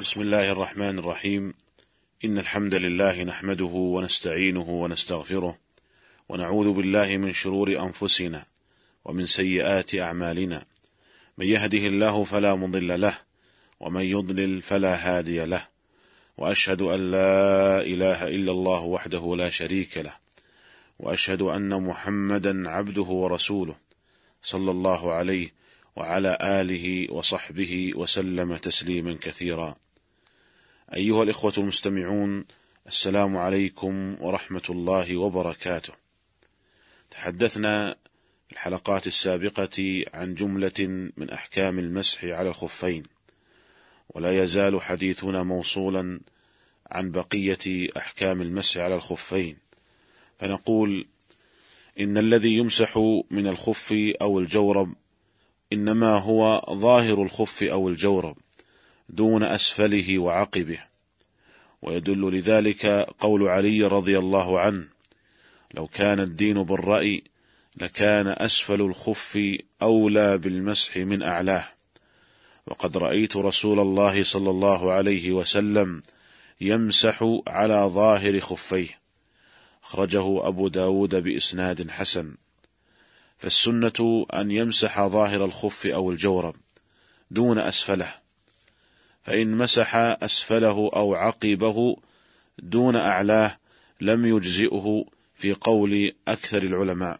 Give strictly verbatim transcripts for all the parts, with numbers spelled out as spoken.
بسم الله الرحمن الرحيم. إن الحمد لله نحمده ونستعينه ونستغفره ونعوذ بالله من شرور أنفسنا ومن سيئات أعمالنا، من يهده الله فلا مضل له ومن يضلل فلا هادي له، وأشهد أن لا إله إلا الله وحده لا شريك له، وأشهد أن محمدا عبده ورسوله صلى الله عليه وعلى آله وصحبه وسلم تسليما كثيرا. أيها الإخوة المستمعون، السلام عليكم ورحمة الله وبركاته. تحدثنا في الحلقات السابقة عن جملة من أحكام المسح على الخفين، ولا يزال حديثنا موصولا عن بقية أحكام المسح على الخفين، فنقول إن الذي يمسح من الخف أو الجورب إنما هو ظاهر الخف أو الجورب دون أسفله وعقبه، ويدل لذلك قول علي رضي الله عنه: لو كان الدين بالرأي لكان أسفل الخف أولى بالمسح من أعلاه، وقد رأيت رسول الله صلى الله عليه وسلم يمسح على ظاهر خفيه، أخرجه أبو داود بإسناد حسن. فالسنة أن يمسح ظاهر الخف أو الجورب دون أسفله، فإن مسح أسفله أو عقبه دون أعلاه لم يجزئه في قول أكثر العلماء.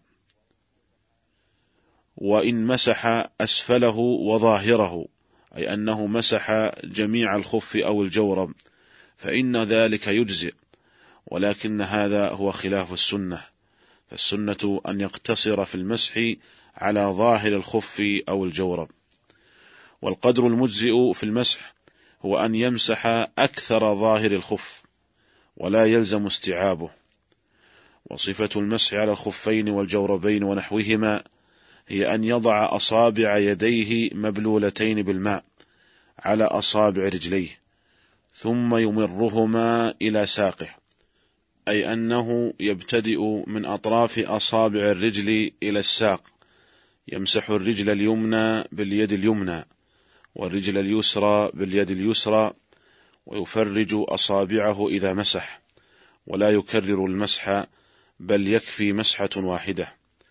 وإن مسح أسفله وظاهره، أي أنه مسح جميع الخف أو الجورب، فإن ذلك يجزئ، ولكن هذا هو خلاف السنة، فالسنة أن يقتصر في المسح على ظاهر الخف أو الجورب. والقدر المجزئ في المسح هو أن يمسح أكثر ظاهر الخف ولا يلزم استيعابه. وصفة المسح على الخفين والجوربين ونحوهما هي أن يضع أصابع يديه مبلولتين بالماء على أصابع رجليه ثم يمرهما إلى ساقه، أي أنه يبتدئ من أطراف أصابع الرجل إلى الساق، يمسح الرجل اليمنى باليد اليمنى والرجل اليسرى باليد اليسرى، ويفرج أصابعه إذا مسح، ولا يكرر المسح، بل يكفي مسحة واحدة.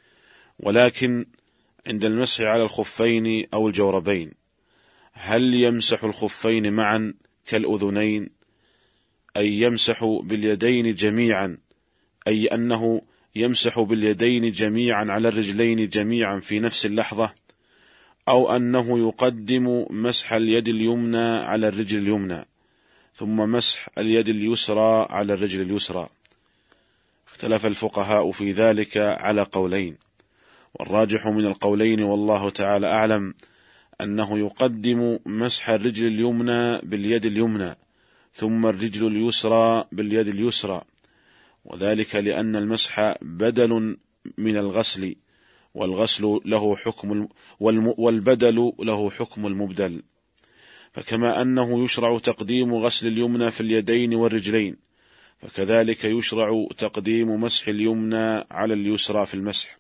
ولكن عند المسح على الخفين أو الجوربين، هل يمسح الخفين معا كالأذنين، أي يمسح باليدين جميعا، أي أنه يمسح باليدين جميعا على الرجلين جميعا في نفس اللحظة، أو أنه يقدم مسح اليد اليمنى على الرجل اليمنى ثم مسح اليد اليسرى على الرجل اليسرى؟ اختلف الفقهاء في ذلك على قولين، والراجح من القولين والله تعالى أعلم أنه يقدم مسح الرجل اليمنى باليد اليمنى ثم الرجل اليسرى باليد اليسرى، وذلك لأن المسح بدل من الغسل، والغسل له حكم والبدل له حكم المبدل. فكما أنه يشرع تقديم غسل اليمنى في اليدين والرجلين، فكذلك يشرع تقديم مسح اليمنى على اليسرى في المسح.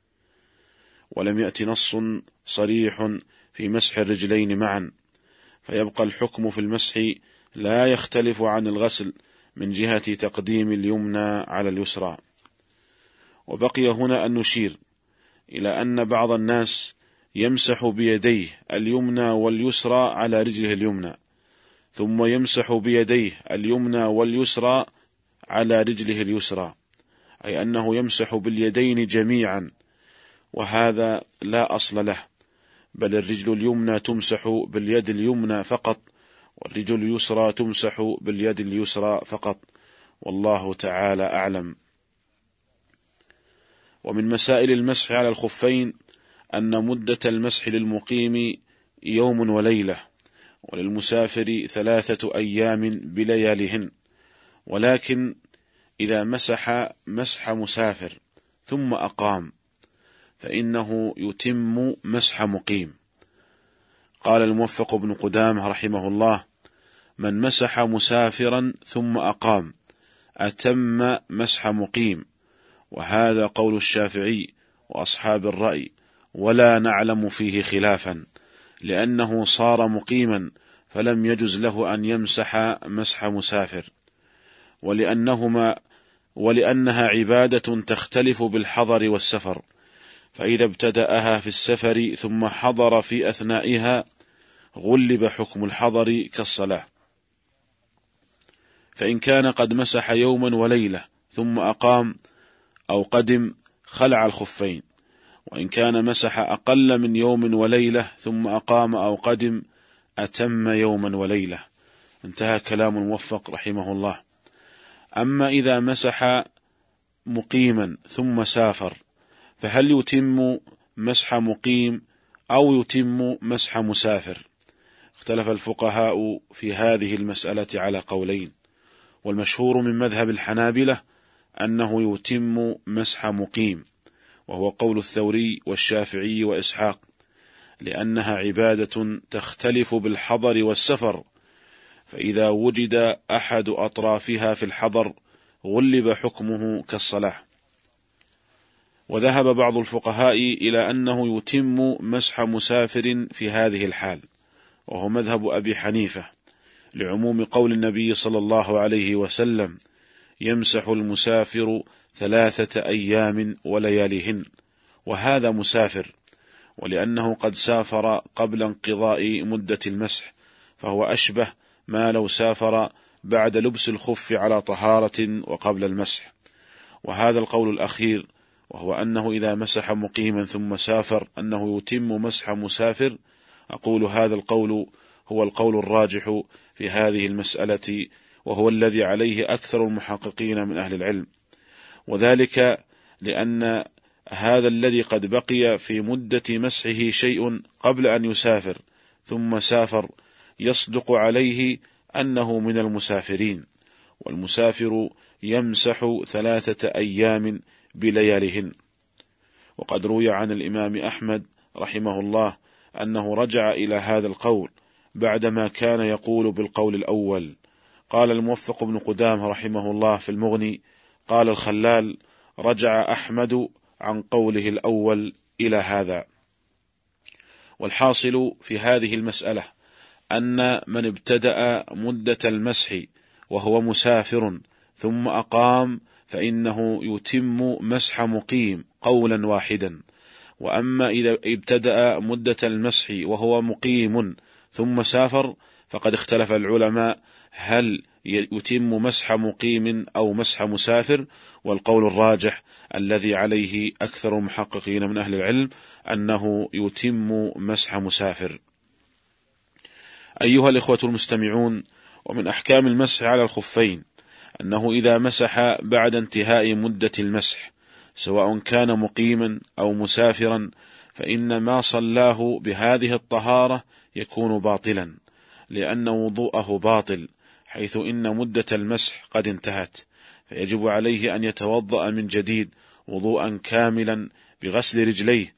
ولم يأت نص صريح في مسح الرجلين معا، فيبقى الحكم في المسح لا يختلف عن الغسل من جهة تقديم اليمنى على اليسرى. وبقي هنا أن نشير إلى أن بعض الناس يمسح بيديه اليمنى واليسرى على رجله اليمنى، ثم يمسح بيديه اليمنى واليسرى على رجله اليسرى، أي أنه يمسح باليدين جميعا، وهذا لا أصل له، بل الرجل اليمنى تمسح باليد اليمنى فقط، والرجل اليسرى تمسح باليد اليسرى فقط، والله تعالى أعلم. ومن مسائل المسح على الخفين أن مدة المسح للمقيم يوم وليلة، وللمسافر ثلاثة أيام بلياليهن. ولكن إذا مسح مسح مسافر ثم أقام فإنه يتم مسح مقيم. قال الموفق بن قدامة رحمه الله: من مسح مسافرا ثم أقام أتم مسح مقيم، وهذا قول الشافعي وأصحاب الرأي، ولا نعلم فيه خلافا، لأنه صار مقيما فلم يجز له أن يمسح مسح مسافر، ولأنهما ولأنها عبادة تختلف بالحضر والسفر، فإذا ابتدأها في السفر ثم حضر في أثنائها غلب حكم الحضر كالصلاة. فإن كان قد مسح يوما وليلة ثم أقام أو قدم خلع الخفين، وإن كان مسح أقل من يوم وليلة ثم أقام أو قدم أتم يوما وليلة. انتهى كلام الموفق رحمه الله. أما إذا مسح مقيما ثم سافر فهل يتم مسح مقيم أو يتم مسح مسافر؟ اختلف الفقهاء في هذه المسألة على قولين، والمشهور من مذهب الحنابلة أنه يتم مسح مقيم، وهو قول الثوري والشافعي وإسحاق، لأنها عبادة تختلف بالحضر والسفر، فإذا وجد أحد أطرافها في الحضر غلب حكمه كالصلاة. وذهب بعض الفقهاء إلى أنه يتم مسح مسافر في هذه الحال، وهو مذهب أبي حنيفة، لعموم قول النبي صلى الله عليه وسلم: يمسح المسافر ثلاثة أيام ولياليهن، وهذا مسافر، ولأنه قد سافر قبل انقضاء مدة المسح، فهو أشبه ما لو سافر بعد لبس الخف على طهارة وقبل المسح. وهذا القول الأخير، وهو أنه إذا مسح مقيما ثم سافر أنه يتم مسح مسافر، أقول هذا القول هو القول الراجح في هذه المسألة، وهو الذي عليه أكثر المحققين من أهل العلم، وذلك لأن هذا الذي قد بقي في مدة مسحه شيء قبل أن يسافر ثم سافر يصدق عليه أنه من المسافرين، والمسافر يمسح ثلاثة أيام بلياليهن. وقد روي عن الإمام أحمد رحمه الله أنه رجع إلى هذا القول بعدما كان يقول بالقول الأول. قال الموفق بن قدامة رحمه الله في المغني: قال الخلال: رجع أحمد عن قوله الأول إلى هذا. والحاصل في هذه المسألة أن من ابتدأ مدة المسح وهو مسافر ثم أقام فإنه يتم مسح مقيم قولا واحدا. وأما إذا ابتدأ مدة المسح وهو مقيم ثم سافر فقد اختلف العلماء هل يتم مسح مقيم أو مسح مسافر، والقول الراجح الذي عليه أكثر المحققين من أهل العلم أنه يتم مسح مسافر. أيها الإخوة المستمعون، ومن أحكام المسح على الخفين أنه إذا مسح بعد انتهاء مدة المسح سواء كان مقيما أو مسافرا فإن ما صلاه بهذه الطهارة يكون باطلا، لأن وضوءه باطل، حيث إن مدة المسح قد انتهت، فيجب عليه أن يتوضأ من جديد وضوءا كاملا بغسل رجليه،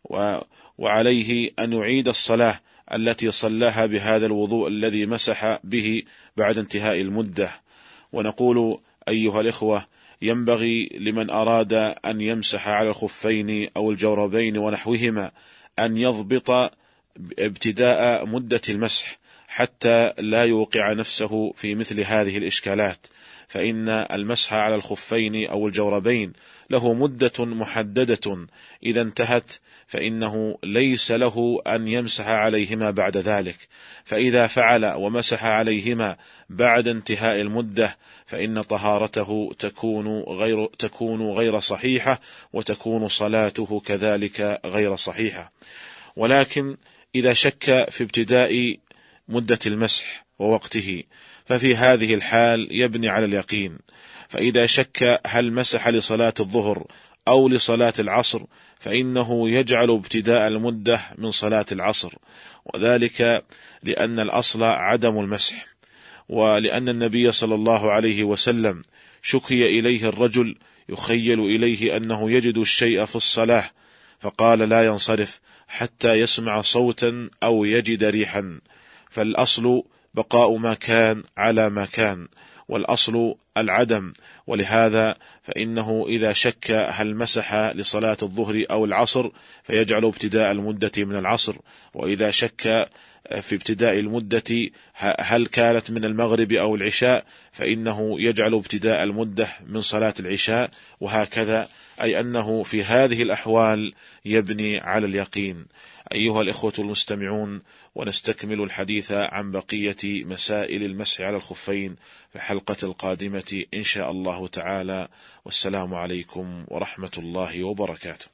وعليه أن يعيد الصلاة التي صلاها بهذا الوضوء الذي مسح به بعد انتهاء المدة. ونقول أيها الإخوة، ينبغي لمن أراد أن يمسح على الخفين أو الجوربين ونحوهما أن يضبط ابتداء مدة المسح حتى لا يوقع نفسه في مثل هذه الإشكالات، فإن المسح على الخفين أو الجوربين له مدة محددة، إذا انتهت فإنه ليس له أن يمسح عليهما بعد ذلك، فإذا فعل ومسح عليهما بعد انتهاء المدة فإن طهارته تكون غير, تكون غير صحيحة، وتكون صلاته كذلك غير صحيحة. ولكن إذا شك في ابتداء مدة المسح ووقته ففي هذه الحال يبني على اليقين، فإذا شك هل مسح لصلاة الظهر أو لصلاة العصر فإنه يجعل ابتداء المدة من صلاة العصر، وذلك لأن الأصل عدم المسح، ولأن النبي صلى الله عليه وسلم شكي إليه الرجل يخيل إليه أنه يجد الشيء في الصلاة فقال لا ينصرف حتى يسمع صوتا أو يجد ريحا، فالأصل بقاء ما كان على ما كان، والأصل العدم. ولهذا فإنه إذا شك هل مسح لصلاة الظهر أو العصر فيجعل ابتداء المدة من العصر، وإذا شك في ابتداء المدة هل كانت من المغرب أو العشاء، فإنه يجعل ابتداء المدة من صلاة العشاء، وهكذا، أي أنه في هذه الأحوال يبني على اليقين. أيها الإخوة المستمعون، ونستكمل الحديث عن بقية مسائل المسح على الخفين في الحلقة القادمة إن شاء الله تعالى، والسلام عليكم ورحمة الله وبركاته.